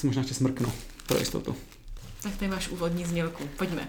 si možná ještě smrknu, pro jistotu. Tak tady máš úvodní znělku, pojďme.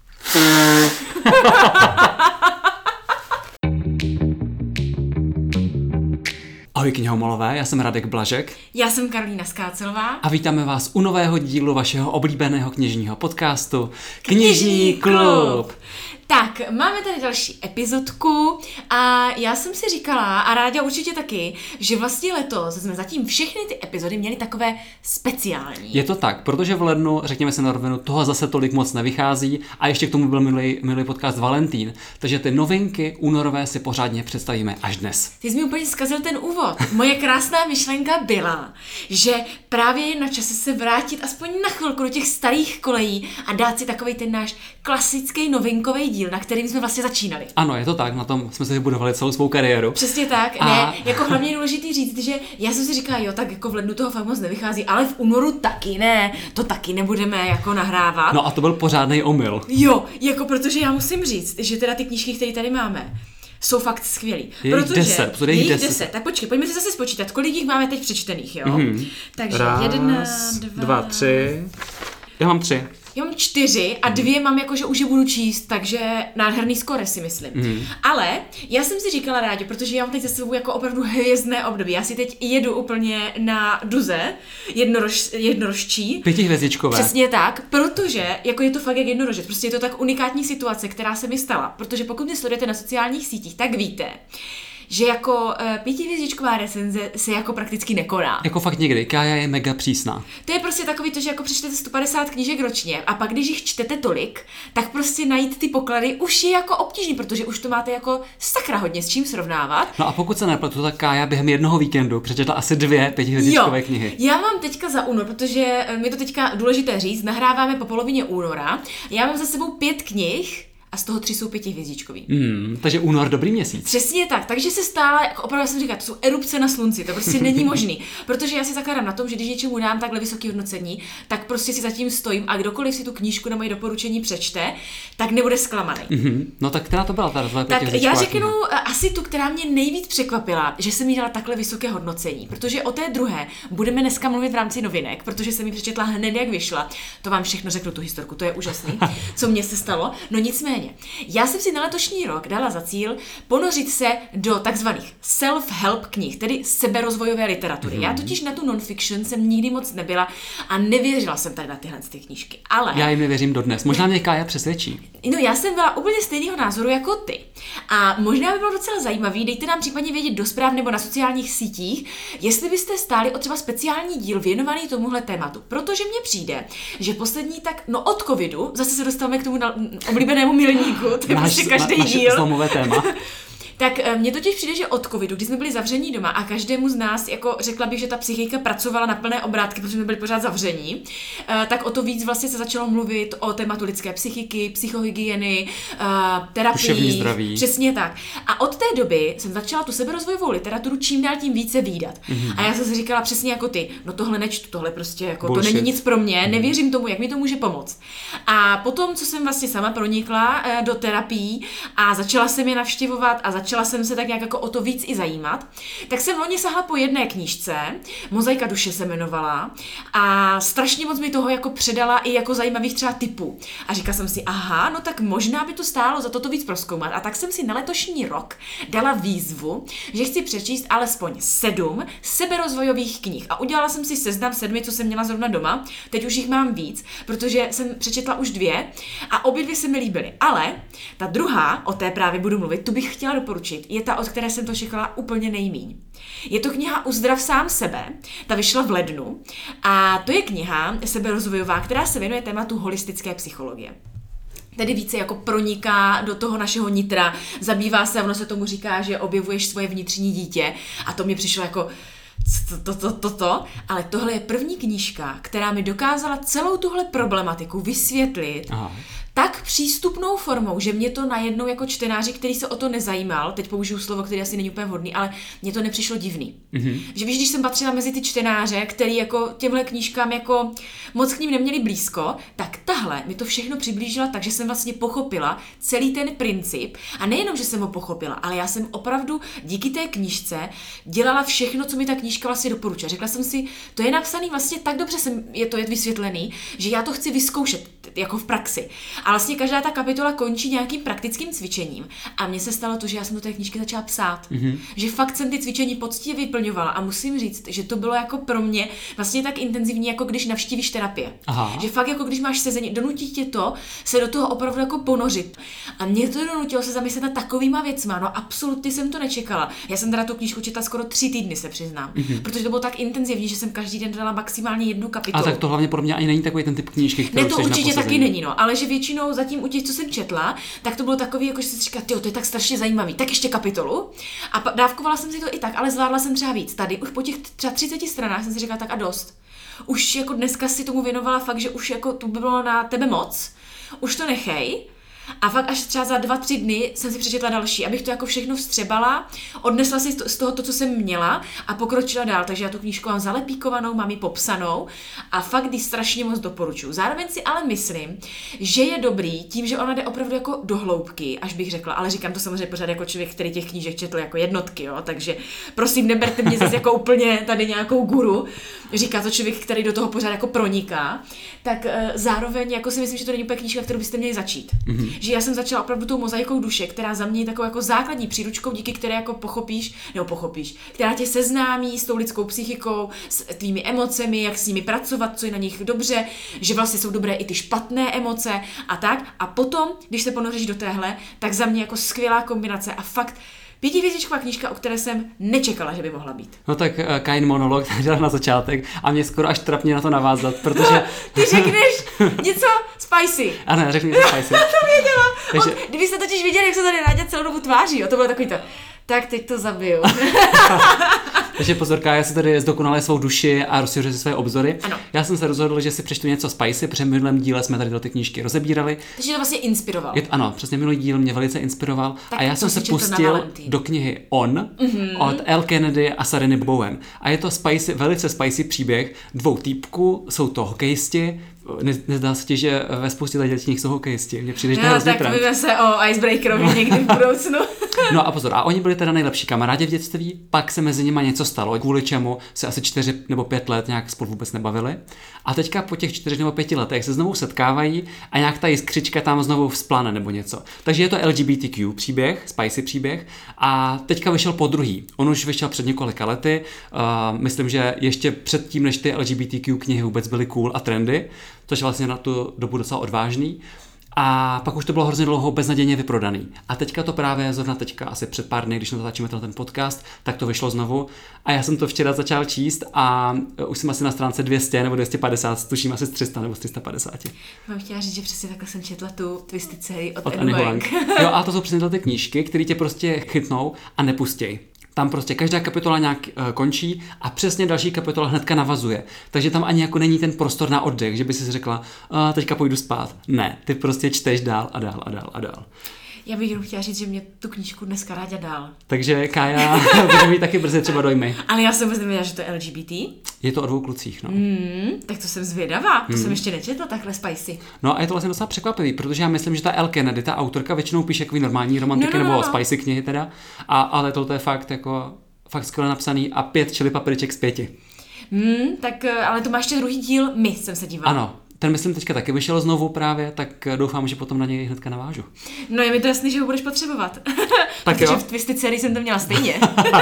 Ahoj knihomolové, já jsem Radek Blažek. Já jsem Karolína Skácelová. A vítáme vás u nového dílu vašeho oblíbeného knižního podcastu Knižní klub. Tak, máme tady další epizodku a já jsem si říkala, a Ráďa určitě taky, že vlastně letos jsme zatím všechny ty epizody měli takové speciální. Je to tak, protože v lednu, řekněme si na rovinu, toho zase tolik moc nevychází a ještě k tomu byl milý podcast Valentín, takže ty novinky únorové si pořádně představíme až dnes. Ty jsi mi úplně zkazil ten úvod. Moje krásná myšlenka byla, že právě je na čase se vrátit aspoň na chvilku do těch starých kolejí a dát si takovej ten náš klasický novinkový díl, na kterým jsme vlastně začínali. Ano, je to tak, na tom jsme si vybudovali celou svou kariéru. Přesně tak, ne, jako hlavně je důležitý říct, že já jsem si říkala, jo, tak jako v lednu toho fakt moc nevychází, ale v únoru taky ne, to taky nebudeme jako nahrávat. No a to byl pořádnej omyl. Jo, jako protože já musím říct, že teda ty knížky, které tady máme, jsou fakt skvělý. Je jich 10. Tak počkej, pojďme si zase spočítat, kolik jich máme teď přečtených, jo? Mm-hmm. Takže 1, 2, 3. Já mám 3. Já mám 4 a 2 mám jako, že už je budu číst, takže nádherný skore si myslím. Ale já jsem si říkala rádi, protože já mám teď za sebou jako opravdu hvězdné období. Já si teď jedu úplně na duze, jednorožčí. 5hvězdičkové. Přesně tak, protože jako je to fakt jak jednorožec. Prostě je to tak unikátní situace, která se mi stala. Protože pokud mě sledujete na sociálních sítích, tak víte, že jako 5hvězdičková recenze se jako prakticky nekoná. Jako fakt někdy, Kája je mega přísná. To je prostě takový to, že jako přečtete 150 knížek ročně a pak když jich čtete tolik, tak prostě najít ty poklady už je jako obtížný, protože už to máte jako sakra hodně s čím srovnávat. No a pokud se nepletu, tak Kája během jednoho víkendu přečetla asi 2 5hvězdičkové knihy. Já mám teďka za únor, protože mi to teďka důležité říct, nahráváme po polovině února, já mám za sebou 5 knih, a z toho 3 jsou 5hvězdičkový. Takže únor dobrý měsíc. Přesně tak, takže se stále, jako opravdu jsem říkala, to jsou erupce na slunci, to prostě není možný, protože já si zakládám na tom, že když něčemu dám takhle vysoké hodnocení, tak prostě si zatím stojím a kdokoliv si tu knížku na moje doporučení přečte, tak nebude zklamaný. No tak která to byla ta tvoje 5hvězdičková Tak já řeknu kniha? asi tu, která mě nejvíc překvapila, že jsem jí dala takhle vysoké hodnocení, protože o té druhé budeme dneska mluvit v rámci novinek, protože jsem ji přečetla hned jak vyšla. To vám všechno řeknu tu historku, to je úžasný, co mně se stalo. No nicméně, já jsem si na letošní rok dala za cíl ponořit se do takzvaných self-help knih, tedy seberozvojové literatury. Já totiž na tu non-fiction jsem nikdy moc nebyla a nevěřila jsem tady na tyhle knížky. Ale Já jim nevěřím dodnes. Možná mě Kája přesvědčí. no já jsem byla úplně stejného názoru jako ty. A možná by bylo docela zajímavý, dejte nám případně vědět do zpráv nebo na sociálních sítích, jestli byste stáli o třeba speciální díl věnovaný tomuhle tématu. Protože mně přijde, že poslední tak, no od covidu, zase se dostáváme k tomu oblíbenému milníku, to je prostě každý díl. Zlomové téma. Tak mně totiž přijde, že od covidu, když jsme byli zavření doma a každému z nás, jako řekla bych, že ta psychika pracovala na plné obrátky, protože jsme byli pořád zavření, tak o to víc vlastně se začalo mluvit o tématu lidské psychiky, psychohygieny, terapii. Duševní zdraví. Přesně tak. A od té doby jsem začala tu seberozvojovou literaturu čím dál tím více vídat. A já jsem si říkala přesně jako ty, no tohle nečtu, tohle prostě jako Bullshit. to není nic pro mě, nevěřím tomu, jak mi to může pomoct. A potom, co jsem vlastně sama pronikla do terapií a začala jsem je navštěvovat a začala jsem se tak nějak jako o to víc i zajímat, tak jsem loni sahla po jedné knížce, Mozaika duše se jmenovala, a strašně moc mi toho jako předala i jako zajímavých třeba tipů. A říkala jsem si, aha, no tak možná by to stálo za to víc prozkoumat. A tak jsem si na letošní rok dala výzvu, že chci přečíst alespoň 7 seberozvojových knih. A udělala jsem si seznam 7, co jsem měla zrovna doma. Teď už jich mám víc, protože jsem přečetla už 2 a obě 2 se mi líbily. Ale ta druhá, o té právě budu mluvit, tu bych chtěla doporučit, je ta, od které jsem to čekala úplně nejmíň. Je to kniha Uzdrav sám sebe, ta vyšla v lednu a to je kniha seberozvojová, která se věnuje tématu holistické psychologie. Tedy více jako proniká do toho našeho nitra, zabývá se, ono se tomu říká, že objevuješ svoje vnitřní dítě a to mi přišlo jako ale tohle je první knížka, která mi dokázala celou tuhle problematiku vysvětlit. Aha. Tak přístupnou formou, že mě to najednou jako čtenáři, který se o to nezajímal, teď použiju slovo, který asi není úplně vhodný, ale mně to nepřišlo divný. Mm-hmm. Že víš, když jsem patřila mezi ty čtenáře, který jako těmhle knížkám jako moc k ním neměli blízko, tak tahle mi to všechno přiblížila, takže jsem vlastně pochopila celý ten princip a nejenom, že jsem ho pochopila, ale já jsem opravdu díky té knížce dělala všechno, co mi ta knížka vlastně doporučila. Řekla jsem si, to je napsaný vlastně tak dobře, je to vysvětlený, že já to chci vyzkoušet jako v praxi. A vlastně každá ta kapitola končí nějakým praktickým cvičením. A mně se stalo to, že já jsem do té knížky začala psát. Že fakt jsem ty cvičení poctivě vyplňovala a musím říct, že to bylo jako pro mě vlastně tak intenzivní, jako když navštívíš terapie. Aha. Že fakt jako když máš sezení, donutí tě to se do toho opravdu jako ponořit. A mě to donutilo se zamyslet nad takovýma věcma. No absolutně jsem to nečekala. Já jsem teda tu knížku četla skoro 3 týdny, se přiznám. Protože to bylo tak intenzivní, že jsem každý den dala maximálně 1 kapitolu. A tak to hlavně pro mě ani není takový ten typ knížky, kterou ne, to určitě taky není, no, ale že většinou zatím u těch, co jsem četla, tak to bylo takový, jako že si říká, to je tak strašně zajímavý, tak ještě kapitolu. A dávkovala jsem si to i tak, ale zvládla jsem třeba víc. Tady už po těch třeba 30 stranách jsem si říkala tak a dost. Už jako dneska si tomu věnovala fakt, že už jako to by bylo na tebe moc. Už to nechej. A fakt až třeba za 2-3 dny jsem si přečetla další, abych to jako všechno vstřebala, odnesla si z toho to, co jsem měla a pokročila dál. Takže já tu knížku mám zalepíkovanou, mám ji popsanou a fakt ji strašně moc doporučuji. Zároveň si ale myslím, že je dobrý tím, že ona jde opravdu jako do hloubky, až bych řekla, ale říkám to samozřejmě pořád jako člověk, který těch knížek četl jako jednotky, jo? Takže prosím, neberte mě zase jako úplně tady nějakou guru, říká to člověk, který do toho pořád jako proniká, tak zároveň jako si myslím, že to není úplně knížka, kterou byste měli začít. Že já jsem začala opravdu tou mozaikou duše, která za mě je takovou jako základní příručkou, díky které jako pochopíš, která tě seznámí s tou lidskou psychikou, s tvými emocemi, jak s nimi pracovat, co je na nich dobře, že vlastně jsou dobré i ty špatné emoce a tak. A potom, když se ponoříš do téhle, tak za mě jako skvělá kombinace a fakt 5hvězdičková knížka, o které jsem nečekala, že by mohla být. No tak Kain monolog dělal na začátek a mě skoro až trapně na to navázat, protože... Ty řekneš něco spicy. Ano, řekni něco spicy. To věděla. Takže... Kdybyste totiž viděli, jak se tady Náďa celou dobu tváří, jo, to bylo takový to, tak teď to zabiju. Takže pozor, Kája si tady zdokonaluje svou duši a rozšiřuje si své obzory. Ano. Já jsem se rozhodl, že si přečtu něco spicy, protože v minulém díle jsme tady do ty knížky rozebírali. Takže to vlastně inspiroval. Ano, přesně minulý díl mě velice inspiroval. Tak a já jsem se pustil do knihy On od Elle Kennedy a Sareny Bowen. A je to spicy, velice spicy příběh 2 týpků, jsou to hokejisti. Nezdá se ti, že ve spoustě těch knih jsou hokejisti. Mně přijde, že to je hrozný trend. Tak víme se o Icebreakerovi někdy v budoucnu. No a pozor, a oni byli teda nejlepší kamarádi v dětství, pak se mezi nimi něco stalo, kvůli čemu se asi 4 nebo 5 let nějak spolu vůbec nebavili. A teďka po těch 4 nebo 5 letech se znovu setkávají a nějak ta jiskřička tam znovu vzplane nebo něco. Takže je to LGBTQ příběh, spicy příběh a teďka vyšel po druhý. On už vyšel před několika lety, myslím, že ještě předtím, než ty LGBTQ knihy vůbec byly cool a trendy, což vlastně na tu dobu docela odvážný. A pak už to bylo hrozně dlouho beznadějně vyprodaný. A teďka to právě zrovna teďka, asi před pár dny, když natáčíme ten podcast, tak to vyšlo znovu. A já jsem to včera začal číst a už jsem asi na stránce 200 nebo 250, tuším asi z 300 nebo z 350. Mám chtěla říct, že přesně takhle jsem četla tu Twisted sérii od Annie Hoang. Jo, a to jsou přesně ty knížky, které tě prostě chytnou a nepustějí. Tam prostě každá kapitola nějak končí a přesně další kapitola hnedka navazuje. Takže tam ani jako není ten prostor na oddech, že by si řekla, teďka půjdu spát. Ne, ty prostě čteš dál a dál a dál a dál. Já bych jenom chtěla říct, že mě tu knížku dneska ráda dál. Takže Kája bude mít taky brzy třeba dojmy. Ale já jsem vůbec nevěděla, že to je LGBT. Je to o 2 klucích, no. Tak to jsem zvědavá, to jsem ještě nečetla takhle spicy. No a je to vlastně docela překvapivý, protože já myslím, že ta Elle Kennedy, ta autorka, většinou píše jako normální romantiky nebo spicy knihy teda, ale tohle je fakt jako fakt skvěle napsaný a 5 čili papíček z 5. Tak ale to má ještě druhý díl, my jsem se dívala. Ano. Ten myslím teďka taky vyšel znovu právě, tak doufám, že potom na něj hnedka navážu. No je mi to jasný, že ho budeš potřebovat. Tak protože jo. v Twisted sérii jsem to měla stejně.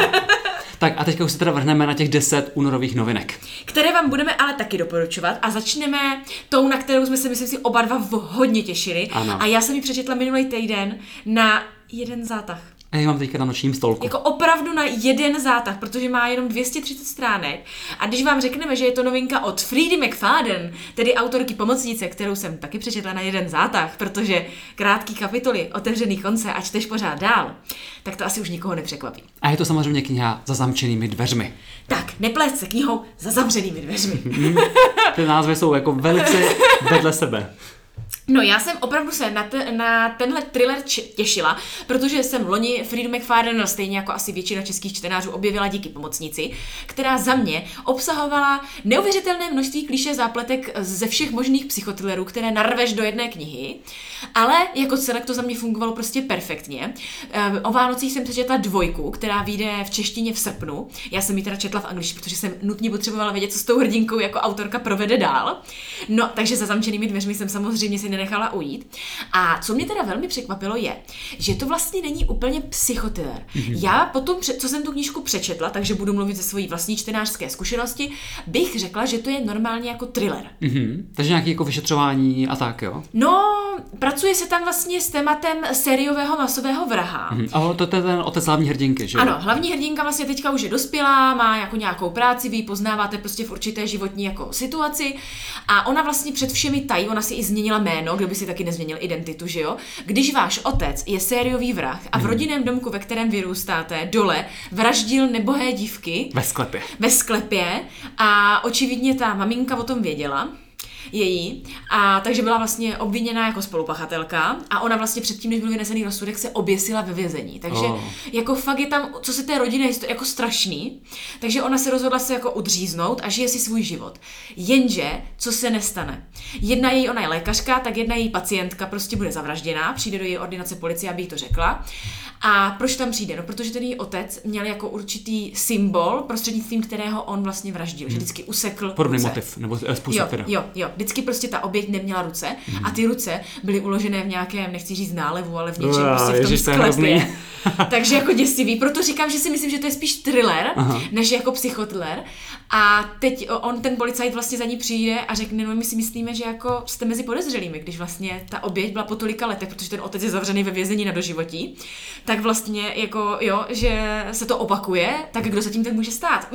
Tak a teďka už se teda vrhneme na těch 10 únorových novinek. Které vám budeme ale taky doporučovat a začneme tou, na kterou jsme se, myslím si, oba dva hodně těšili. Ano. A já jsem ji přečetla minulý týden na jeden zátah. A já mám teďka na nočním stolku. Jako opravdu na jeden zátah, protože má jenom 230 stránek. A když vám řekneme, že je to novinka od Freedy McFadden, tedy autorky Pomocnice, kterou jsem taky přečetla na jeden zátah, protože krátký kapitoly, otevřený konce a čteš pořád dál, tak to asi už nikoho nepřekvapí. A je to samozřejmě kniha Za zamčenými dveřmi. Tak, neplést se knihou Za zavřenými dveřmi. Ty názvy jsou jako velice vedle sebe. No já jsem opravdu se na tenhle thriller těšila, protože jsem loni Fridu McFadden, stejně jako asi většina českých čtenářů, objevila díky pomocnici, která za mě obsahovala neuvěřitelné množství klišé zápletek ze všech možných psychothrillerů, které narveš do jedné knihy, ale jako celek to za mě fungovalo prostě perfektně. O Vánocích jsem přečetla 2, která vyjde v češtině v srpnu. Já jsem ji teda četla v angličtině, protože jsem nutně potřebovala vědět, co s tou hrdinkou jako autorka provede dál. No, takže za zamčenými dveřmi jsem samozřejmě si nenechala ujít. A co mě teda velmi překvapilo je, že to vlastně není úplně psychothriller. Já potom, co jsem tu knížku přečetla, takže budu mluvit ze své vlastní čtenářské zkušenosti, bych řekla, že to je normálně jako thriller. Takže nějaké jako vyšetřování a tak, jo? No, pracuje se tam vlastně s tématem sériového masového vraha. A to je ten otec hlavní hrdinky, že jo? Ano, hlavní hrdinka vlastně teďka už je dospělá, má jako nějakou práci, vy ji poznáváte prostě v určité životní jako situaci a ona vlastně před všemi tají, ona si i změnila jméno, kdo by si taky nezměnil identitu, že jo? Když váš otec je sériový vrah a v rodinném domku, ve kterém vyrůstáte, dole vraždil nebohé dívky ve sklepě a očividně ta maminka o tom věděla, její, a takže byla vlastně obviněná jako spolupachatelka a ona vlastně předtím, než byl vynesený rozsudek, se oběsila ve vězení. Takže jako fakt je tam, co se té rodiny je jako strašný, takže ona se rozhodla se jako udříznout a žije si svůj život. Jenže, co se nestane? Ona je lékařka, tak jedna její pacientka prostě bude zavražděná, přijde do její ordinace policie, aby jí to řekla. A proč tam přijde? No, protože ten její otec měl jako určitý symbol, prostřednictvím kterého on vlastně vraždil, že vždycky usekl podobný ruce. motiv, nebo způsob teda. Jo. Vždycky prostě ta oběť neměla ruce a ty ruce byly uložené v nějakém, nechci říct nálevu, ale v něčem prostě v tom sklepě. Takže jako děsivý. Proto říkám, že si myslím, že to je spíš thriller, než jako psychothriller. A teď ten policajt vlastně za ní přijde a řekne, no my si myslíme, že jako jste mezi podezřelými, když vlastně ta oběť byla po tolika letech, protože ten otec je zavřený ve vězení na doživotí, tak vlastně jako že se to opakuje, tak kdo za tím ten může stát?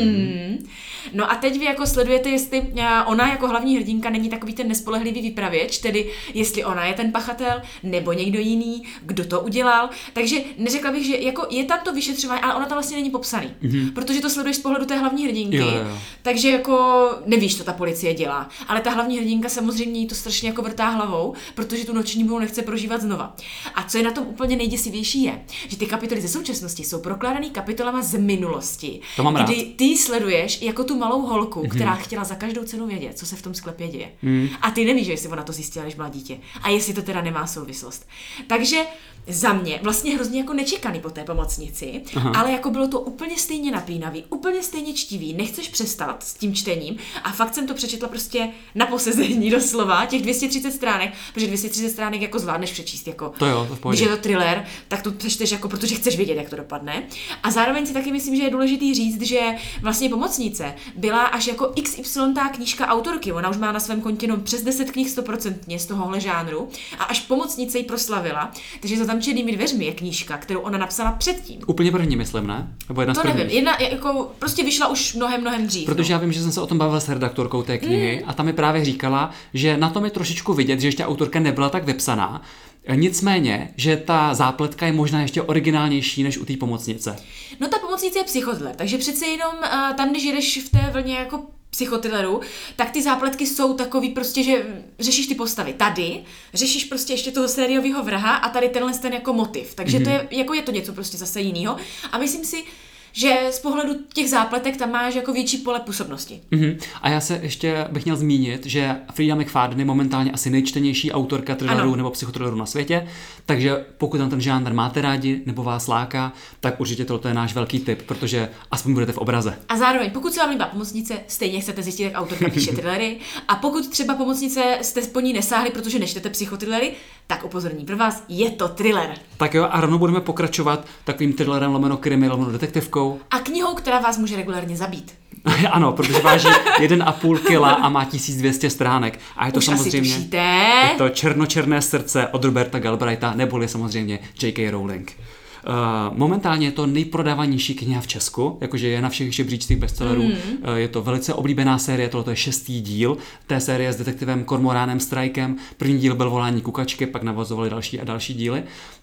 No a teď vy jako sledujete, jestli ona jako hlavní hrdinka není takový ten nespolehlivý vypravěč, tedy jestli ona je ten pachatel, nebo někdo jiný, kdo to udělal. Takže neřekla bych, že jako je tam to vyšetřování, ale ona tam vlastně není popsaný, protože to sleduješ z pohledu té hlavní hrdinky, jo. Takže jako nevíš, co ta policie dělá. Ale ta hlavní hrdinka samozřejmě jí to strašně jako vrtá hlavou, protože tu noční můru nechce prožívat znova. A co je na tom úplně nejděsivější je, že ty kapitoly ze současnosti jsou prokládaný kapitolama z minulosti, kdy ty sleduješ jako tu malou holku, která chtěla za každou cenu vědět, co se v tom sklepě děje. A ty nevíš, jestli ona to zjistila, když byla dítě. A jestli to teda nemá souvislost. Takže za mě vlastně hrozně jako nečekaný po té pomocnici, ale jako bylo to úplně stejně napínavý, úplně stejně čtivý, nechceš přestat s tím čtením a fakt jsem to přečetla prostě na posezení doslova, těch 230 stránek, protože 230 stránek jako zvládneš přečíst, jako to jo, to v pohodě. Když je to thriller, tak to přečteš jako, protože chceš vědět, jak to dopadne. A zároveň si taky myslím, že je důležitý říct, že vlastně pomocnice byla až jako XY knížka autorky, ona už má na svém kontě přes 10 knih 100% z tohohle žánru a až pomocnice ji proslavila, takže za zamčenými dveřmi je knížka, kterou ona napsala předtím. Úplně první, myslím, ne? Nebo jedna to nevím, jedna jako prostě vyšla už mnohem dřív. Protože já vím, že jsem se o tom bavil s redaktorkou té knihy a ta mi právě říkala, že na tom je trošičku vidět, že ještě autorka nebyla tak vypsaná. Nicméně, že ta zápletka je možná ještě originálnější než u té pomocnice. No ta pomocnice je psychothriller, takže přece jenom tam, když jedeš v té vlně jako psychothilleru, tak ty zápletky jsou takový prostě, že řešíš ty postavy. Tady řešíš prostě ještě toho sériového vraha a tady tenhle ten jako motiv. Takže to je, jako je to něco prostě zase jinýho. A myslím si, že z pohledu těch zápletek tam máš jako větší pole působnosti. A já se ještě bych měl zmínit, že Frida McFadden je momentálně asi nejčtenější autorka thrillerů nebo psychothrillerů na světě, takže pokud tam ten žánr máte rádi nebo vás láká, tak určitě tohle je náš velký tip, protože aspoň budete v obraze. A zároveň, pokud se vám líbá pomocnice, stejně chcete zjistit, jak autorka píše thrillery, a pokud třeba pomocnice jste po ní nesáhli, protože nečtete psychothillery, tak upozorní pro vás, je to thriller. Tak jo, a rovnou budeme pokračovat takovým thrillerem lomeno krimi, lomeno detektivkou. A knihou, která vás může regulárně zabít. Ano, protože váží 1,5 kila a má 1200 stránek. A je to už samozřejmě asi je to Černočerné srdce od Roberta Galbraitha, neboli samozřejmě J.K. Rowling. Momentálně je to nejprodávanější kniha v Česku, jakože je na všech žebříčcích bestsellerů. Je to velice oblíbená série, tohle je 6. díl té série s detektivem Cormoranem Strikem. První díl byl Volání kukačky, pak navazovali další a další díly.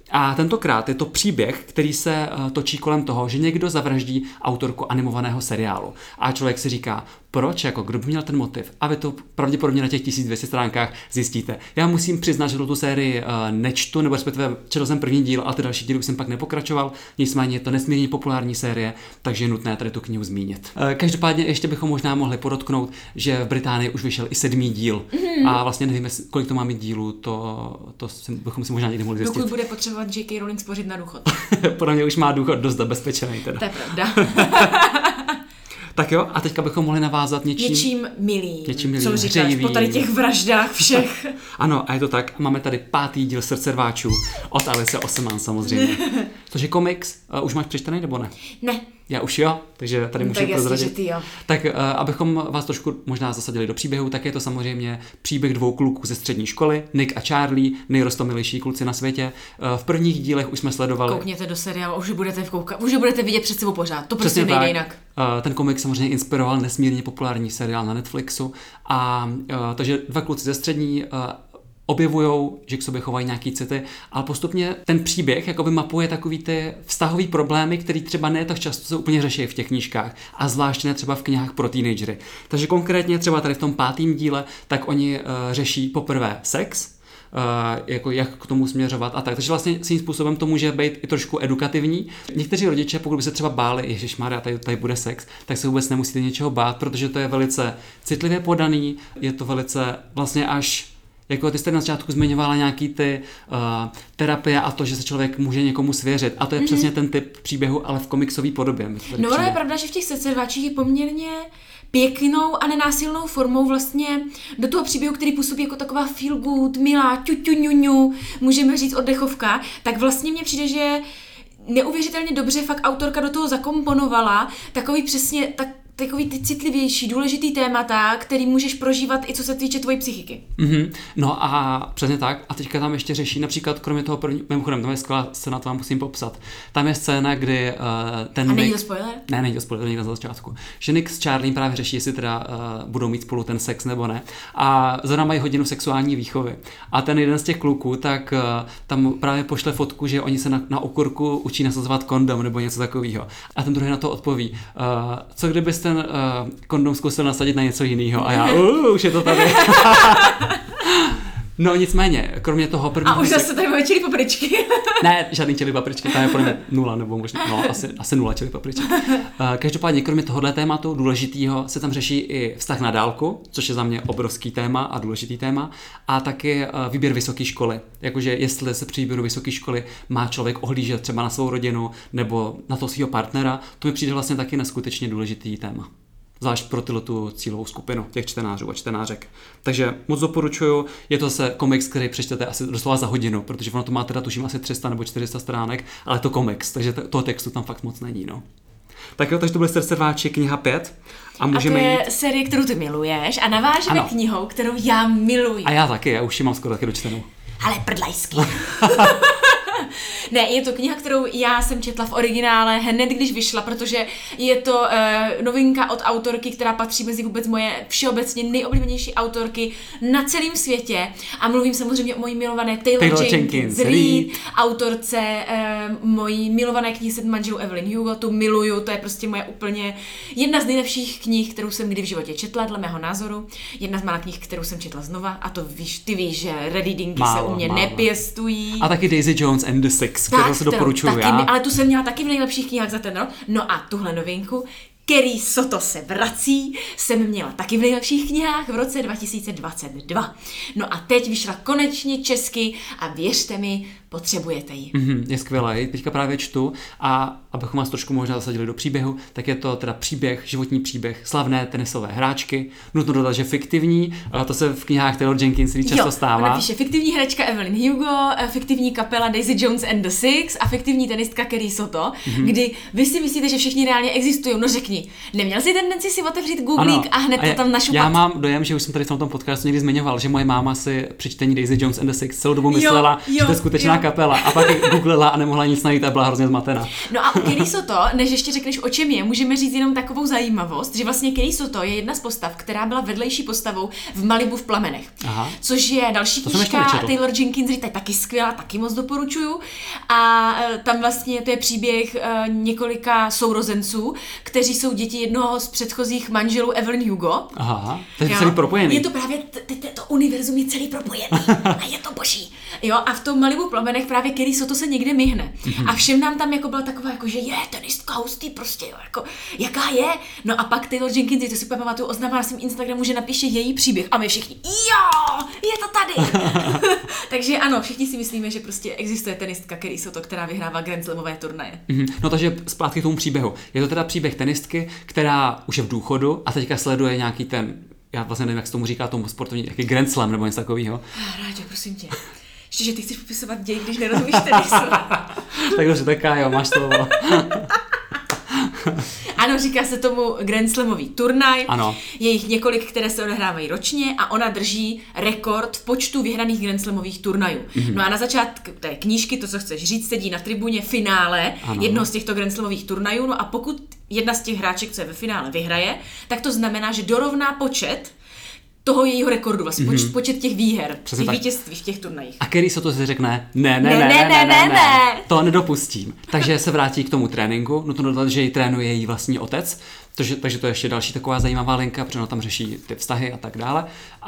A tentokrát je to příběh, který se točí kolem toho, že někdo zavraždí autorku animovaného seriálu. A člověk si říká, proč, jako kdo by měl ten motiv? A vy to pravděpodobně na těch 1200 stránkách zjistíte. Já musím přiznat, že tu sérii nečtu, nebo respektive četl jsem první díl, a ty další díly už jsem pak nepokračoval. Nicméně je to nesmírně populární série, takže je nutné tady tu knihu zmínit. Každopádně ještě bychom možná mohli podotknout, že v Británii už vyšel i 7. díl. A vlastně nevíme, kolik to má mít dílů, to bychom si možná někdy mohli zjistit. Dokud bude potřebovat J.K. Rowling spořit na důchod. Podle mě už má důchod dost zabezpečený teda. To je pravda. Tak jo, a teďka bychom mohli navázat něčím milým. Co říkáš po tady těch vraždách všech. Ano, a je to tak. Máme tady 5. díl Srdce rváčů od Alice Oseman samozřejmě. Což je komiks. Už máš přečtený nebo ne? Ne. Já už jo, takže tady můžu prozradit. Tak abychom vás trošku možná zasadili do příběhu, tak je to samozřejmě příběh 2 kluků ze střední školy, Nick a Charlie, nejrostomilejší kluci na světě. V prvních dílech už jsme sledovali. Koukněte do seriálu, už budete vidět před sebou pořád. To prostě nejde jinak. Ten komik samozřejmě inspiroval nesmírně populární seriál na Netflixu a takže 2 kluci ze střední objevujou, že k sobě chovají nějaký city, ale postupně ten příběh jakoby mapuje takový ty vztahový problémy, který třeba ne tak často se úplně řeší v těch knížkách a zvláště ne třeba v knihách pro teenagery. Takže konkrétně třeba tady v tom 5. díle, tak oni řeší poprvé sex, jako jak k tomu směřovat a tak. Takže vlastně svým způsobem to může být i trošku edukativní. Někteří rodiče, pokud by se třeba báli, ježišmarja, tady bude sex, tak se vůbec nemusíte něčeho bát, protože to je velice citlivě podaný, je to velice vlastně až jako ty jste na začátku zmiňovala nějaký ty terapie a to, že se člověk může někomu svěřit. A to je přesně ten typ příběhu, ale v komiksové podobě. No, ale je pravda, že v těch Srdce rváčích je poměrně pěknou a nenásilnou formou vlastně do toho příběhu, který působí jako taková feel good, milá, ťuťuňuňu, můžeme říct oddechovka, tak vlastně mně přijde, že neuvěřitelně dobře fakt autorka do toho zakomponovala takový přesně takový ty citlivější, důležitý témata, který můžeš prožívat i co se týče tvojí psychiky. Mm-hmm. No a přesně tak. A teďka tam ještě řeší například, kromě toho mimochodem, tam je skvělá scéna, to vám musím popsat. Tam je scéna, kdy ten... A není to spoiler? Ne, není to spoiler, někde na začátku. Že Nick s Charlie právě řeší, jestli teda budou mít spolu ten sex nebo ne. A zrovna mají hodinu sexuální výchovy. A ten jeden z těch kluků, tak tam právě pošle fotku, že oni se na okurku učí nasazovat kondom nebo něco takového. A ten druhý na to odpoví, co kdybyste ten kondom zkusil nasadit na něco jiného a já, už je to tady. No nicméně, kromě toho prvního... A už zase tady mají čili papričky. Ne, žádný čili papričky, tam je pro mě 0 nebo možná, no asi 0 čili papričky. Každopádně, kromě tohohle tématu důležitýho se tam řeší i vztah na dálku, což je za mě obrovský téma a důležitý téma, a taky výběr vysoké školy. Jakože jestli se při výběru vysoké školy má člověk ohlížet třeba na svou rodinu nebo na toho svého partnera, to mi přijde vlastně taky neskutečně důležitý téma. Zvlášť pro tu cílovou skupinu těch čtenářů a čtenářek. Takže moc doporučuju, je to zase komiks, který přečtete asi doslova za hodinu, protože ono to má teda tuším asi 300 nebo 400 stránek, ale je to komiks, takže toho textu tam fakt moc není, no. Tak jo, takže to bude Srdce rváči, kniha 5. A můžeme to je jít... série, kterou ty miluješ a navážeme knihou, kterou já miluji. A já taky, já už ji mám skoro taky dočtenou. Ale prdlajský. Ne, je to kniha, kterou já jsem četla v originále hned, když vyšla, protože je to novinka od autorky, která patří mezi vůbec moje všeobecně nejoblíbenější autorky na celém světě. A mluvím samozřejmě o mojí milované Taylor Jenkins Reid, autorce mojí milované knihy 7 manželů Evelyn Hugo, tu miluju, to je prostě moje úplně jedna z nejlepších knih, kterou jsem kdy v životě četla, dle mého názoru. Jedna z mála knih, kterou jsem četla znova, a to víš, ty víš, že readingy se u mě nepěstují. A taky Daisy Jones and the Six, kterou se doporučuju já. Ale tu jsem měla taky v nejlepších knihách za ten rok. No a tuhle novinku, Kerry Soto se vrací, jsem měla taky v nejlepších knihách v roce 2022. No a teď vyšla konečně česky a věřte mi, potřebujete ji. Je skvělé, teďka právě čtu a abychom vás trošku možná zasadili do příběhu, tak je to teda příběh, životní příběh slavné tenisové hráčky. Nutno dodat, že fiktivní, to se v knihách Taylor Jenkins často stává. Ona píše fiktivní herečka Evelyn Hugo, fiktivní kapela Daisy Jones and the Six a fiktivní tenistka Kerry Soto, kdy vy si myslíte, že všichni reálně existují. No řekni, neměl jsi tendenci si otevřít Googlík a hned to tam našupat? Já mám dojem, že už jsem tady v tom podcastu někdy zmiňoval, že moje máma si při čtení Daisy Jones and the Six celou dobu myslela, že to je skutečná kapela a pak googlila a nemohla nic najít a byla hrozně zmatená. No a Kerry Soto, než ještě řekneš, o čem je, můžeme říct jenom takovou zajímavost, že vlastně Kerry Soto je jedna z postav, která byla vedlejší postavou v Malibu v plamenech. Aha. Což je další knížka Taylor Jenkins Reid, taky skvělá, taky moc doporučuju. A tam vlastně to je příběh několika sourozenců, kteří jsou děti jednoho z předchozích manželů Evelyn Hugo. Aha, to je celý propojený. Je to právě, to univerzum je celý propojený a je to boží. Jo, a v tom Malibu plamenech právě Kerry Soto se někde myhne. A všem nám tam jako byla taková, jako, že je tenistka hustý prostě, jo, jako, jaká je. No a pak Taylor Jenkins, to si pamatuju, oznámila na svém Instagramu, že napíše její příběh a my všichni, jo, je to tady. Takže ano, všichni si myslíme, že prostě existuje tenistka Kerry Soto, která vyhrává Grand Slamové turnaje. No takže zpátky k tomu příběhu. Je to teda příběh tenistky, která už je v důchodu a teďka sleduje nějaký ten, já vlastně nevím, jak se tomu říká, tomu sportovní, jaký Grand Slam nebo něco takového. Ráďo, prosím tě. Ještě, že ty chceš popisovat děj, když nerozumíš tenisu. Tak dobře, tak jo, máš slovo. Ano, říká se tomu Grand Slamový turnaj. Ano. Je jich několik, které se odehrávají ročně a ona drží rekord v počtu vyhraných Grand Slamových turnajů. No a na začátku té knížky, to, co chceš říct, sedí na tribuně finále jednoho z těchto Grand Slamových turnajů. No a pokud jedna z těch hráček, co je ve finále, vyhraje, tak to znamená, že dorovná počet toho jejího rekordu, vlastně počet těch výher, přesně těch tak. Vítězství v těch turnajích. A Kerry Soto si řekne, ne, to nedopustím. Takže se vrátí k tomu tréninku, nutno dodat, že ji trénuje její vlastní otec, takže to je ještě další taková zajímavá linka, protože ona tam řeší ty vztahy a tak dále.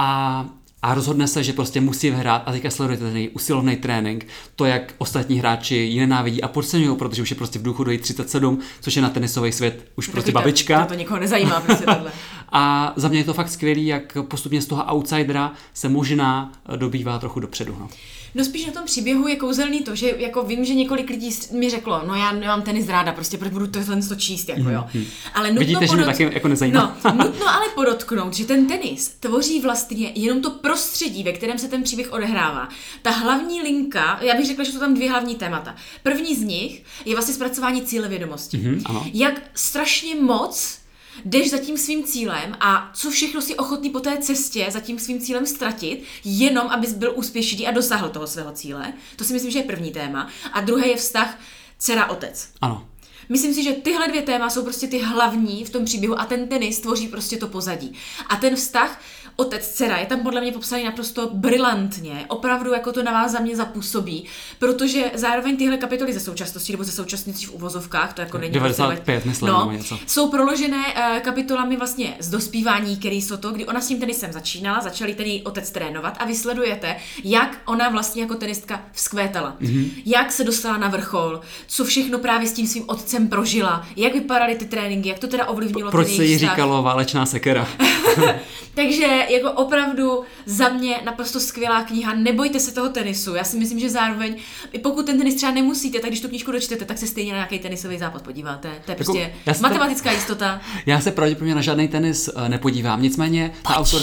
A rozhodne se, že prostě musí vyhrát a teďka sledujete ten její usilovný trénink, to, jak ostatní hráči ji nenávidí a podceňují, protože už je prostě v důchodu 37, což je na tenisový svět už prostě babička. To nikoho nezajímá prostě tohle. A za mě je to fakt skvělý, jak postupně z toho outsidera se možná dobývá trochu dopředu. No spíš na tom příběhu je kouzelný to, že jako vím, že několik lidí mi řeklo, no já nemám tenis ráda, prostě proč budu to číst, jako jo. Ale nutno vidíte, že mě taky jako nezajímá. No, nutno ale podotknout, že ten tenis tvoří vlastně jenom to prostředí, ve kterém se ten příběh odehrává. Ta hlavní linka, já bych řekla, že jsou tam dvě hlavní témata. První z nich je vlastně zpracování cílevědomosti. Jak strašně moc jdeš za tím svým cílem a co všechno si ochotný po té cestě za tím svým cílem ztratit, jenom abys byl úspěšný a dosáhl toho svého cíle. To si myslím, že je první téma. A druhé je vztah dcera-otec. Ano. Myslím si, že tyhle dvě téma jsou prostě ty hlavní v tom příběhu a ten tenis tvoří prostě to pozadí. A ten vztah otec-dcera je tam podle mě popsaný naprosto brilantně, opravdu jako to na vás za mě zapůsobí, protože zároveň tyhle kapitoly ze současnosti nebo ze současnosti v uvozovkách, to jako není 95, myslím, nebo něco. Jsou proložené kapitolami vlastně z dospívání Kerry Soto, kdy ona s tím tenisem začali ten její otec trénovat a vy sledujete, jak ona vlastně jako tenistka vzkvétala. Jak se dostala na vrchol, co všechno právě s tím svým otcem prožila, jak vypadaly ty tréninky, jak to teda ovlivnilo proč se jí říkalo válečná sekera. Takže jako opravdu za mě naprosto skvělá kniha, nebojte se toho tenisu. Já si myslím, že zároveň, pokud ten tenis třeba nemusíte, tak když tu knížku dočtete, tak se stejně na nějaký tenisový zápas podíváte. To je prostě matematická jistota. Já se pravděpodobně na žádný tenis nepodívám, nicméně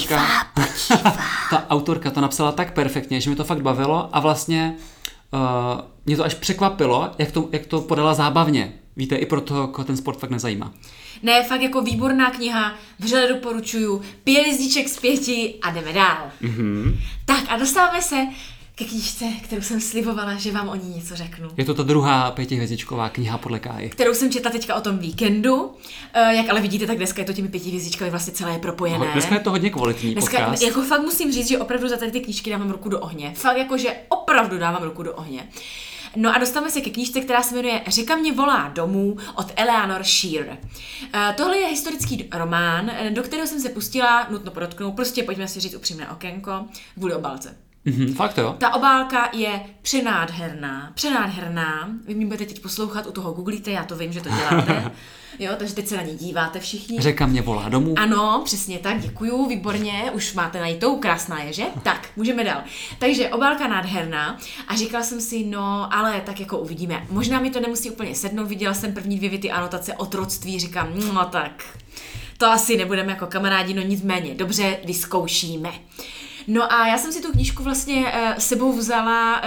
ta autorka to napsala tak perfektně, že mi to fakt bavilo a vlastně mě to až překvapilo, jak to podala zábavně. Víte, i pro toho, koho ten sport fakt nezajímá. Ne, fakt jako výborná kniha, vřele doporučuju, 5 hvězdiček z 5 a jdeme dál. Tak a dostáváme se ke knížce, kterou jsem slibovala, že vám o ní něco řeknu. Je to ta druhá 5hvězdičková kniha podle Káji. Kterou jsem četla teďka o tom víkendu. Jak ale vidíte, tak dneska je to těmi 5 hvězdičkami vlastně celé je propojené. Dneska je to hodně kvalitní podcast. Jako fakt musím říct, že opravdu za tady ty knížky dávám ruku do ohně. Fakt jako, že opravdu dávám ruku do ohně. No a dostáváme se ke knížce, která se jmenuje Řeka mě volá domů od Eleanor Shear. Tohle je historický román, do kterého jsem se pustila, nutno podotknout, prostě pojďme si říct upřímné okénko, kvůli obálce. Fakt jo. Ta obálka je přenádherná. Vy mě budete teď poslouchat, u toho googlíte, já to vím, že to děláte. Jo, takže teď se na ní díváte všichni. Řeka mě volá domů. Ano, přesně tak, děkuju, výborně, už máte najitou, krásná je, že? Tak, můžeme dál. Takže obálka nádherná a říkala jsem si, no, ale tak jako uvidíme. Možná mi to nemusí úplně sednout, viděla jsem první 2 věty anotace otroctví, říkám, no tak, to asi nebudeme jako kamarádi, no nicméně, dobře, vyzkoušíme. No a já jsem si tu knížku vlastně sebou vzala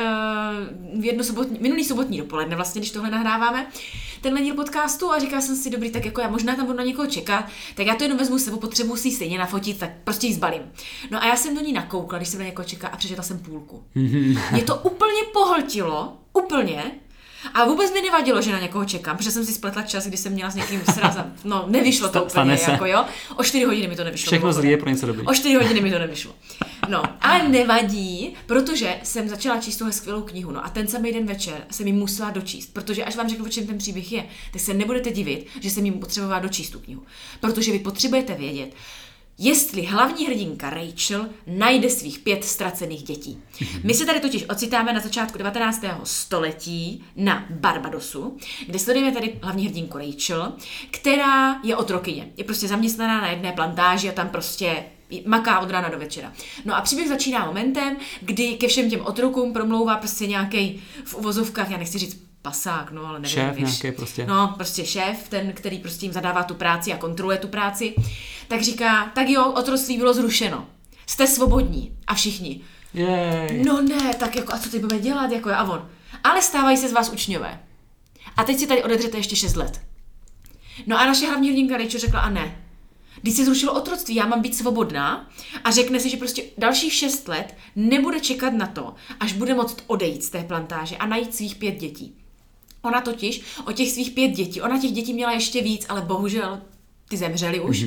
minulý sobotní dopoledne, vlastně, když tohle nahráváme, tenhle díl podcastu a říkala jsem si, dobrý, tak jako já možná tam budu na někoho čekat, tak já to jenom vezmu s sebou, potřebuji si ji stejně nafotit, tak prostě ji zbalím. No a já jsem do ní nakoukla, když jsem na někoho čekala a přečetla jsem půlku. Mě to úplně pohltilo, úplně. A vůbec mi nevadilo, že na někoho čekám, protože jsem si spletla čas, kdy jsem měla s někým srazem. No, nevyšlo to úplně, jako jo. O 4 hodiny mi to nevyšlo. Všechno zlý je pro něco dobrý. O 4 hodiny mi to nevyšlo. No, ale nevadí, protože jsem začala číst tuhle skvělou knihu. No a ten samý den večer jsem ji musela dočíst, protože až vám řeknu, o čem ten příběh je, tak se nebudete divit, že jsem jim potřebovala dočíst tu knihu. Protože vy potřebujete vědět, jestli hlavní hrdinka Rachel najde svých 5 ztracených dětí. My se tady totiž ocitáme na začátku 19. století na Barbadosu, kde sledujeme tady hlavní hrdinku Rachel, která je otrokyně. Je prostě zaměstnaná na jedné plantáži a tam prostě maká od rána do večera. No a příběh začíná momentem, kdy ke všem těm otrokům promlouvá prostě nějaký v uvozovkách, já nechci říct pasák, no ale nevím. Šéf nějaký prostě. No, prostě šéf, ten, který prostě jim zadává tu práci a kontroluje tu práci, tak říká, tak jo, otroctví bylo zrušeno. Jste svobodní. A všichni. Jej. No ne, tak jako, a co ty budeme dělat, jako a on. Ale stávají se z vás učňové. A teď si tady odedřete ještě 6 let. No a naše hlavní hrdinka Rachel řekla, a ne. Když se zrušilo otroctví, já mám být svobodná a řekne si, že prostě dalších 6 let nebude čekat na to, až bude moct odejít z té plantáže a najít svých 5 dětí. Ona totiž o těch svých 5 dětí, ona těch dětí měla ještě víc, ale bohužel ty zemřely už.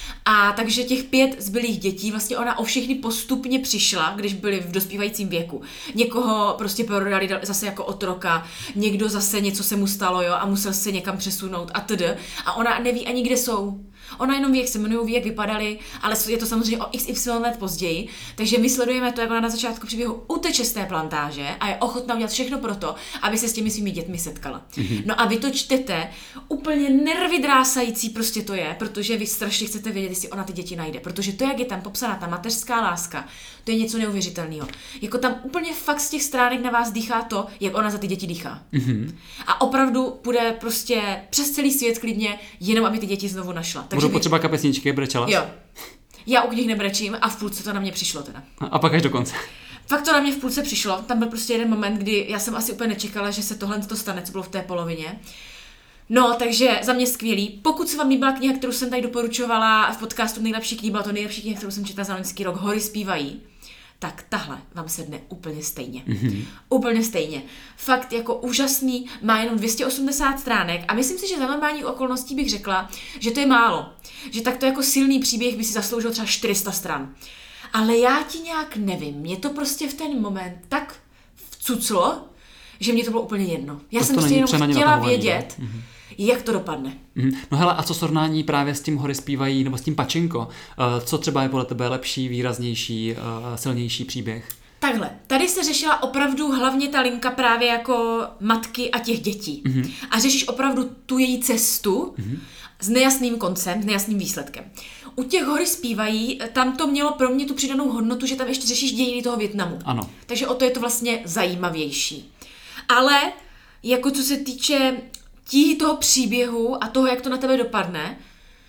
A takže těch 5 zbylých dětí, vlastně ona o všechny postupně přišla, když byli v dospívajícím věku. Někoho prostě prodali zase jako otroka, někdo zase něco se mu stalo, jo, a musel se někam přesunout a td. A ona neví ani, kde jsou. Ona jenom ví, jak se jmenují, ví, jak vypadali, ale je to samozřejmě o XY let později, takže my sledujeme to, jak ona na začátku příběhu uteče z té plantáže a je ochotná udělat všechno pro to, aby se s těmi svými dětmi setkala. No a vy to čtete, úplně nervy drásající prostě to je, protože vy strašně chcete vědět, jestli ona ty děti najde, protože to, jak je tam popsaná ta mateřská láska, to je něco neuvěřitelného. Jako tam úplně fakt z těch stránek na vás dýchá to, jak ona za ty děti dýchá. A opravdu půjde prostě přes celý svět klidně, jenom aby ty děti znovu našla. Budu potřeba kapesničky, brečela? Jo. Já u knih nebrečím a v půlce to na mě přišlo teda. A pak až do konce. Fakt to na mě v půlce přišlo. Tam byl prostě jeden moment, kdy já jsem asi úplně nečekala, že se tohle to stane, co bylo v té polovině. No, takže za mě skvělý. Pokud se vám líbila kniha, kterou jsem tady doporučovala v podcastu Nejlepší kniha, byla to nejlepší kniha, kterou jsem četla za loňský rok, Hory zpívají, tak tahle vám sedne úplně stejně. Úplně stejně. Fakt jako úžasný, má jenom 280 stránek a myslím si, že za normálních okolností bych řekla, že to je málo. Že takto jako silný příběh by si zasloužil třeba 400 stran. Ale já ti nějak nevím, mě to prostě v ten moment tak vcuclo, že mě to bylo úplně jedno. Já jsem prostě jenom chtěla vědět, jak to dopadne. No hele, a co srovnání právě s tím Hory zpívají, nebo s tím Pačinko? Co třeba je podle tebe lepší, výraznější, silnější příběh? Takhle, tady se řešila opravdu hlavně ta linka právě jako matky a těch dětí. A řešíš opravdu tu její cestu s nejasným koncem, s nejasným výsledkem. U těch Hory zpívají, tam to mělo pro mě tu přidanou hodnotu, že tam ještě řešíš dějiny toho Vietnamu. Ano. Takže o to je to vlastně zajímavější. Ale jako co se týče tíhy toho příběhu a toho, jak to na tebe dopadne,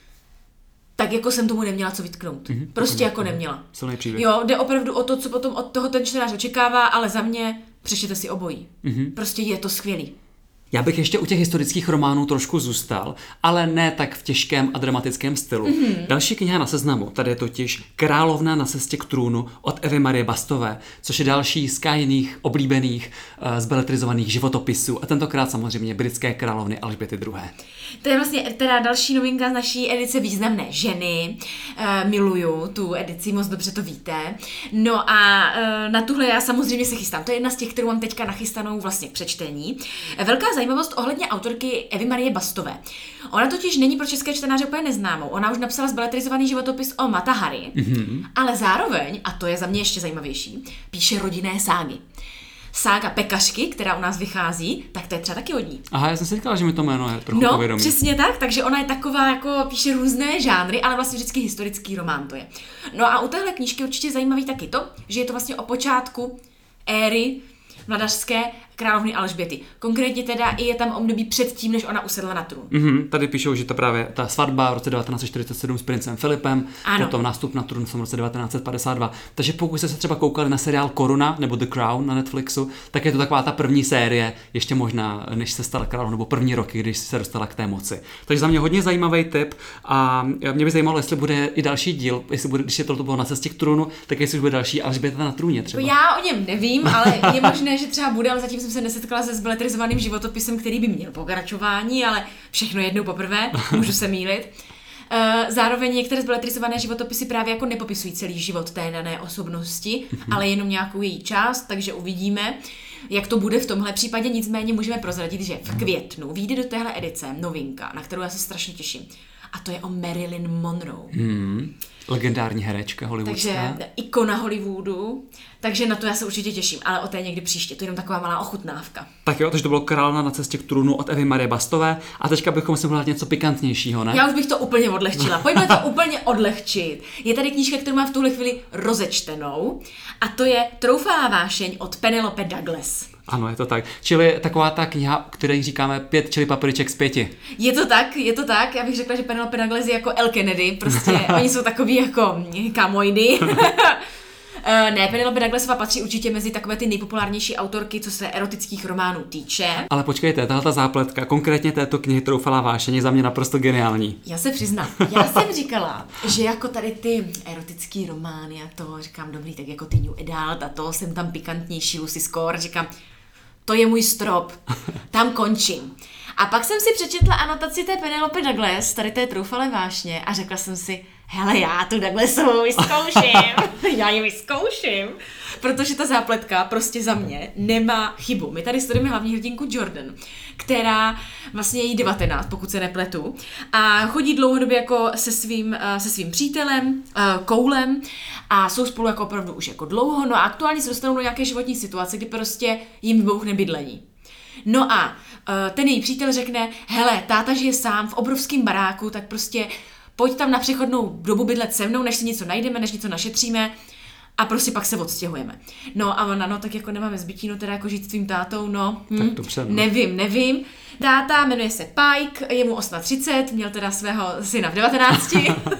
tak jako jsem tomu neměla co vytknout. Prostě jako neměla. Silný příběh. Jo, jde opravdu o to, co potom od toho ten čtenář očekává, ale za mě přečtěte si obojí. Prostě je to skvělý. Já bych ještě u těch historických románů trošku zůstal, ale ne tak v těžkém a dramatickém stylu. Další kniha na seznamu, tady je totiž Královna na cestě k trůnu od Evy Marie Bastové, což je další z jiných oblíbených zbeletrizovaných životopisů a tentokrát samozřejmě britské královny Alžběty II. To je vlastně teda další novinka z naší edice Významné ženy. Miluju tu edici, moc dobře to víte. No a na tuhle já samozřejmě se chystám. To je jedna z těch, kterou mám teďka nachystanou vlastně k přečtení. Velká zajímavost ohledně autorky Evy Marie Bastové. Ona totiž není pro české čtenáře úplně neznámou. Ona už napsala zbeletrizovaný životopis o Mata Hari, ale zároveň, a to je za mě ještě zajímavější, píše rodinné ságy. Sága Pekařky, která u nás vychází, tak to je třeba taky od ní. Aha, já jsem si říkala, že mi to jméno je trochu povědomí. No, přesně tak, takže ona je taková, jako píše různé žánry, ale vlastně vždycky historický román to je. No a u téhle knížky určitě zajímavý taky to, že je to vlastně o počátku éry vladařské, královny Alžběty. Konkrétně teda i je tam období předtím, než ona usedla na trůn. Tady píšou, že to právě ta svatba v roce 1947 s princem Filipem, potom nástup na trůn v roce 1952. Takže pokud jste se třeba koukali na seriál Koruna nebo The Crown na Netflixu, tak je to taková ta první série, ještě možná, než se stala královnou, nebo první roky, když se dostala k té moci. Takže za mě hodně zajímavý tip a mě by zajímalo, jestli bude i další díl, jestli bude, když je to bylo na cestě k trůnu, tak jestli už bude další Alžběta na trůně třeba. Já o něm nevím, ale je možné, že třeba bude, ale zatím jsem se nesetkala se zbeletrizovaným životopisem, který by měl pokračování, ale všechno jednou poprvé, můžu se mýlit. Zároveň některé zbeletrizované životopisy právě jako nepopisují celý život té dané osobnosti, ale jenom nějakou její část, takže uvidíme, jak to bude v tomhle případě. Nicméně můžeme prozradit, že v květnu vyjde do téhle edice novinka, na kterou já se strašně těším. A to je o Marilyn Monroe. Legendární herečka hollywoodská. Takže ikona Hollywoodu. Takže na to já se určitě těším, ale o té někdy příště. To je jenom taková malá ochutnávka. Tak jo, takže to bylo Královna na cestě k trůnu od Evy Marie Bastové. A teďka bychom si mohli dát něco pikantnějšího, ne? Já už bych to úplně odlehčila. Pojďme to úplně odlehčit. Je tady knížka, kterou mám v tuhle chvíli rozečtenou. A to je Troufalá vášeň od Penelope Douglas. Ano, je to tak. Čili taková ta kniha, které říkáme 5 čili papíček z 5. Je to tak. Já bych řekla, že Penelope Douglas je jako El Kennedy. Prostě oni jsou takový jako kamoidy. Ne, Penelope Douglasova patří určitě mezi takové ty nejpopulárnější autorky, co se erotických románů týče. Ale počkejte, tahle zápletka, konkrétně této knihy Troufalá vášeň je za mě naprosto geniální. Já se přiznám, já jsem říkala, že jako tady ty erotický romány a to, říkám, dobrý, tak jako ty New Adult a to jsem tam pikantnější, Lucy Score, říkám, to je můj strop, tam končím. A pak jsem si přečetla anotaci té Penelope Douglas, tady té Troufalé vášně a řekla jsem si, hele, já tu Douglasovou vyzkouším, protože ta zápletka prostě za mě nemá chybu. My tady studujeme hlavní hrdinku Jordan, která vlastně je jí 19, pokud se nepletu, a chodí dlouhodobě jako se svým přítelem, Coulem, a jsou spolu jako opravdu už jako dlouho, no a aktuálně se dostanou do nějaké životní situace, kdy prostě jim vybouchne bydlení. No a ten její přítel řekne, hele, táta žije sám v obrovském baráku, tak prostě pojď tam na přechodnou dobu bydlet se mnou, než si něco najdeme, než něco našetříme a prostě pak se odstěhujeme. No a ona, no tak jako nemáme zbytí, no teda jako žít s tvým tátou, tak dobře, no. Nevím. Táta jmenuje se Pike, je mu 38, měl teda svého syna v 19.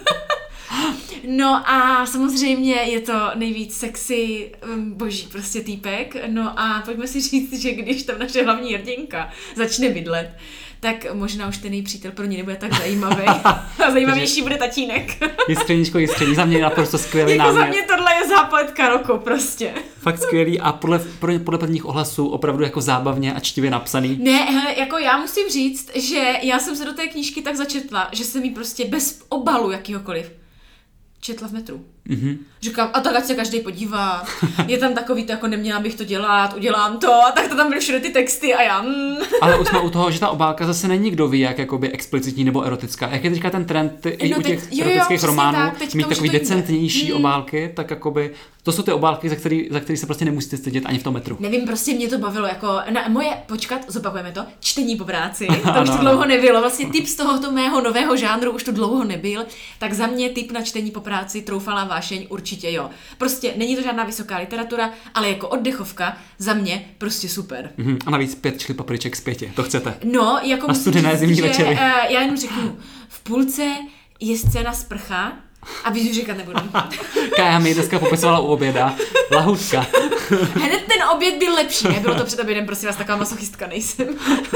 No a samozřejmě je to nejvíc sexy, boží prostě týpek. No a pojďme si říct, že když tam naše hlavní hrdinka začne bydlet, tak možná už ten její přítel pro ní nebude tak zajímavý. A zajímavější bude tatínek. Jistřeničko, za mě naprosto skvělý námět. Za mě tohle je zápletka roku prostě. Fakt skvělý a podle prvních ohlasů opravdu jako zábavně a čtivě napsaný. Ne, hele, jako já musím říct, že já jsem se do té knížky tak začetla, že jsem jí prostě bez obalu jakýhokoliv četla v metru. Říkám, a tak ať se každý podívá, je tam takový to, jako neměla bych to dělat, udělám to, a tak to tam byly všude ty texty a já... Ale už jsme u toho, že ta obálka zase není kdo ví, jak jakoby explicitní nebo erotická. Jak je teďka ten trend i u těch erotických románů mít takový decentnější obálky, tak jakoby to jsou ty obálky, za který se prostě nemusíte stydět ani v tom metru. Nevím, prostě mě to bavilo, jako zopakujeme to, čtení po práci, to už to dlouho nebylo, vlastně tip z tohoto mého nového žánru už to dlouho nebyl, tak za mě tip na čtení po práci, Troufalá vášeň, určitě jo. Prostě není to žádná vysoká literatura, ale jako oddechovka za mě prostě super. A navíc 5 čili papíček z 5, to chcete. No, jako na studené zimní večery. Já jenom řeknu, v půlce je scéna sprcha a víc už říkat nebudu. Kája mi dneska popisovala u oběda. Lahutka. Hned ten oběd byl lepší, nebylo to před obědem, prosím vás, taková masochistka nejsem.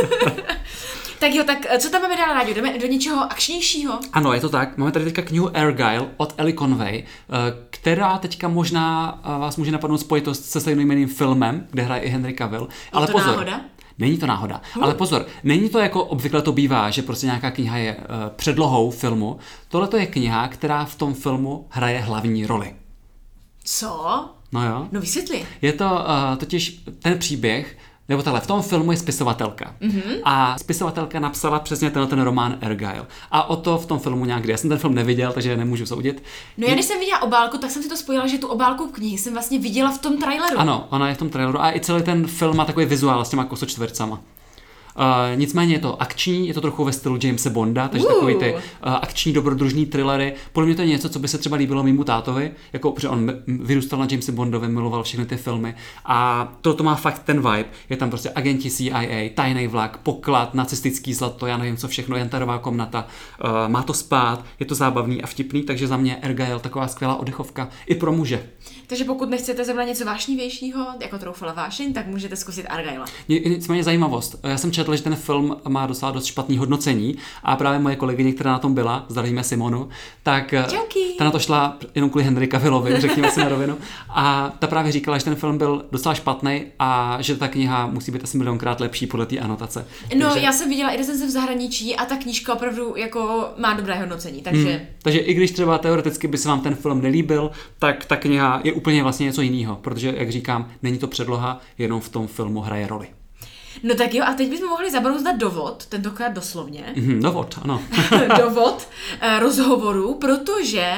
Tak jo, tak co tam máme dál, Ráďo? Jdeme do něčeho akčnějšího? Ano, je to tak. Máme tady teďka knihu Argyle od Ellie Conway, která teďka možná vás může napadnout spojitost se stejnojmenným filmem, kde hraje i Henry Cavill. Ale to pozor. Náhoda? Není to náhoda. Ale pozor, není to jako obvykle to bývá, že prostě nějaká kniha je předlohou filmu. Tohle to je kniha, která v tom filmu hraje hlavní roli. Co? No jo. No vysvětli. Je to totiž ten příběh, nebo v tom filmu je spisovatelka. A spisovatelka napsala přesně ten román Argyle. A o to v tom filmu nějak jde. Já jsem ten film neviděl, takže nemůžu soudit. No já když jsem viděla obálku, tak jsem si to spojila, že tu obálku knihy jsem vlastně viděla v tom traileru. Ano, ona je v tom traileru a i celý ten film má takový vizuál s těma kosočtvercama. Nicméně je to akční, je to trochu ve stylu Jamese Bonda, takže takový ty akční dobrodružný thrillery. Podle mě to je něco, co by se třeba líbilo mému tátovi, jako, protože on vyrůstal na Jamese Bondovi, miloval všechny ty filmy a to má fakt ten vibe. Je tam prostě agenti CIA, tajný vlak, poklad, nacistický zlato, já nevím co všechno, jantarová komnata, má to spát, je to zábavný a vtipný, takže za mě Argylle taková skvělá oddechovka i pro muže. Takže pokud nechcete zrovna něco vášnivějšího, jako Troufala vášeň, tak můžete zkusit Argylle. Nicméně zajímavost. Já jsem četl, že ten film má docela dost špatný hodnocení a právě moje kolegyně, která na tom byla, zdravíme Simonu, tak ta na to šla jenom kvůli Henry Cavillovi, řekněme si na rovinu. A ta právě říkala, že ten film byl docela špatný a že ta kniha musí být asi milionkrát lepší podle té anotace. No, takže... já jsem viděla i recenze v zahraničí a ta knížka opravdu jako má dobré hodnocení, takže... Takže i když třeba teoreticky by se vám ten film nelíbil, tak ta kniha je úplně vlastně něco jiného, protože, jak říkám, není to předloha, jenom v tom filmu hraje roli. No tak jo, a teď bychom mohli zabrouzdat dovod, tentokrát doslovně. Dovod, ano. Dovod rozhovoru, protože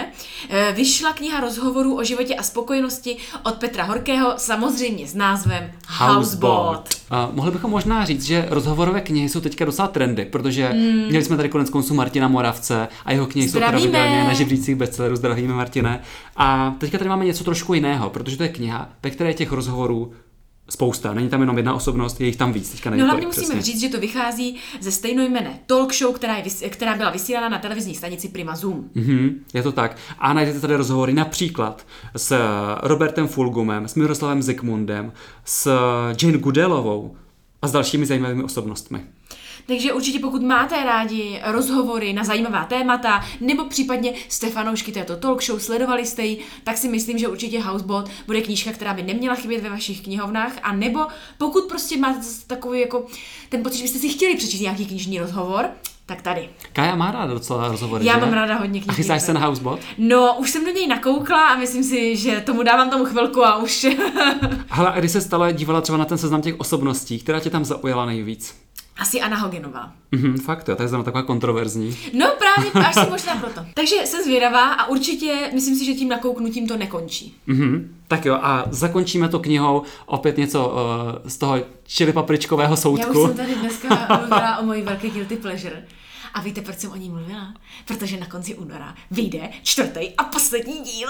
vyšla kniha rozhovorů o životě a spokojenosti od Petra Horkého, samozřejmě s názvem Houseboat. Mohli bychom možná říct, že rozhovorové knihy jsou teďka docela trendy, protože měli jsme tady koneckonců Martina Moravce a jeho knihy jsou pravidelně na žebřících bestsellerů. Zdravíme, Martine. A teďka tady máme něco trošku jiného, protože to je kniha, ve které je těch rozhovorů spousta, není tam jenom jedna osobnost, je jich tam víc. Teďka no hlavně musíme říct, že to vychází ze stejnojmenné talk show, která byla vysílána na televizní stanici Prima Zoom. Je to tak. A najdete tady rozhovory například s Robertem Fulgumem, s Miroslavem Zikmundem, s Jane Goodallovou a s dalšími zajímavými osobnostmi. Takže určitě pokud máte rádi rozhovory na zajímavá témata, nebo případně jste fanoušky této talk show, sledovali jste ji, tak si myslím, že určitě Houseboat bude knížka, která by neměla chybět ve vašich knihovnách, a nebo pokud prostě máte takový jako ten pocit, že byste si chtěli přečíst nějaký knižní rozhovor, tak tady. Kája má ráda docela rozhovory, Já že? mám ráda hodně knih. A chystáš se na Houseboat? No, už jsem do něj nakoukla a myslím si, že dávám tomu chvilku a už... Hele, a když se stále dívala třeba na ten seznam těch osobností, která tě tam zaujala nejvíc? Asi Anna Hogenová. Fakt jo, to je znamená taková kontroverzní. No právě, až si možná proto. Takže jsem zvědavá a určitě myslím si, že tím nakouknutím to nekončí. Tak jo, a zakončíme to knihou opět něco z toho čili papričkového soudku. Já už jsem tady dneska mluvila o mojí velké guilty pleasure. A víte, proč jsem o ní mluvila? Protože na konci února vyjde 4. a poslední díl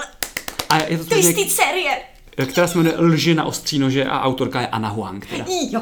Twisted série, která se jmenuje Lži na ostří nože a autorka je Anna Huang. Teda. Jo,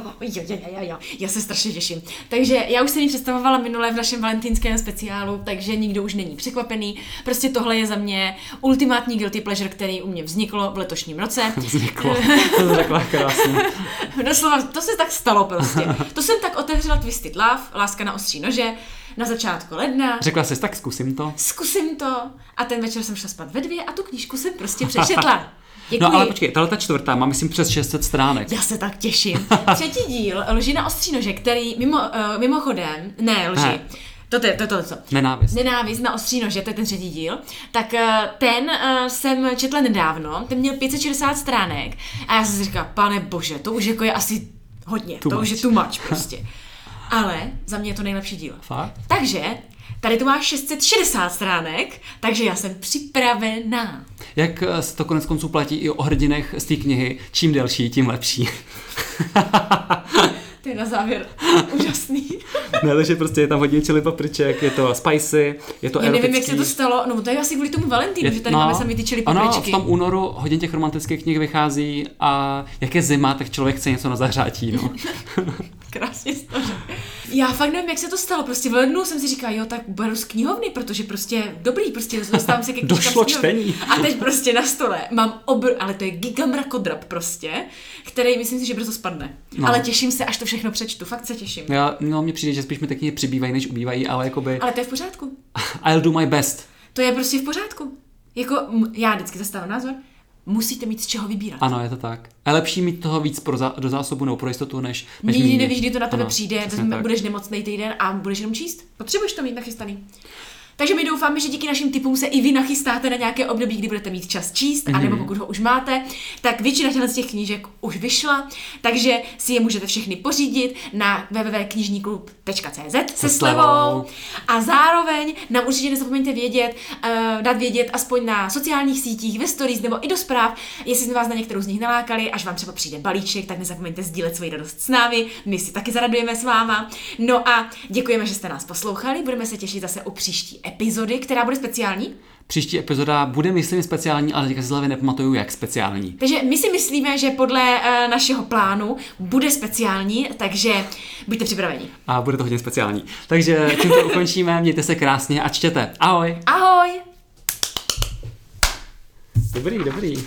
já se strašně těším. Takže já už jsem ji představovala minule v našem valentýnském speciálu, takže nikdo už není překvapený. Prostě tohle je za mě ultimátní guilty pleasure, který u mě vzniklo v letošním roce. Vzniklo, to řekla krásně. Doslova, to se tak stalo prostě. To jsem tak otevřela Twisted Love, Láska na ostří nože, na začátku ledna. Řekla jsi, tak zkusím to. A ten večer jsem šla spát ve 2 a tu knížku jsem prostě přečetla. Děkuji. No ale počkej, tato 4. má myslím přes 600 stránek. Já se tak těším. 3. díl, Lži na ostří nože, který mimochodem, ne lži, to je co? Nenávist na ostří nože, to je ten 3. díl. Tak ten jsem četla nedávno, ten měl 560 stránek a já jsem si říkala, pane bože, to už jako je asi hodně, už je too much prostě. Ale za mě je to nejlepší díl. Fakt? Takže tady to má 660 stránek, takže já jsem připravená. Jak se to konec konců platí i o hrdinech z té knihy, čím delší, tím lepší. To je na závěr úžasný. Ne, takže prostě je tam hodně chili papriček, je to spicy, je to erotický. Já nevím, jak se to stalo, no to je asi kvůli tomu Valentínu, že tady máme sami ty chili papričky. Ano, v tom únoru hodně těch romantických knih vychází a jak je zima, tak člověk chce něco na zahřátí, no. Krásně to řekl. Já fakt nevím, jak se to stalo, prostě v lednu jsem si říkala, jo, tak beru z knihovny, protože prostě dobrý, prostě dostávám se ke knížkám. Došlo čtení. A teď prostě na stole mám ale to je gigamrakodrap prostě, který myslím si, že brzo spadne. No. Ale těším se, až to všechno přečtu, fakt se těším. Mně přijde, že spíš mi ty knihy přibývají, než ubývají, ale jakoby... Ale to je v pořádku. I'll do my best. To je prostě v pořádku. Jako, já vždycky zastávám názor, musíte mít z čeho vybírat. Ano, je to tak. A lepší mít toho víc do zásobu nebo pro jistotu, než nikdy nevíš, kdy to na tebe přijde, budeš nemocnej týden a budeš jenom číst. Potřebuješ to mít nachystaný. Takže my doufáme, že díky našim tipům se i vy nachystáte na nějaké období, kdy budete mít čas číst, anebo pokud ho už máte, tak většina z těch knížek už vyšla, takže si je můžete všechny pořídit na www.knižníklub.cz se slevou. A zároveň nám určitě nezapomeňte dát vědět aspoň na sociálních sítích, ve stories nebo i do zpráv, jestli jsme vás na některou z nich nalákali, až vám třeba přijde balíček, tak nezapomeňte sdílet svoji radost s námi, my si taky zaradujeme s váma. No a děkujeme, že jste nás poslouchali, budeme se těšit zase u příští epizody, která bude speciální. Příští epizoda bude, myslím, speciální, ale teďka si hlavě nepamatuju, jak speciální. Takže my si myslíme, že podle našeho plánu bude speciální, takže buďte připraveni. A bude to hodně speciální. Takže tímto ukončíme, mějte se krásně a čtěte. Ahoj! Ahoj! Dobrý.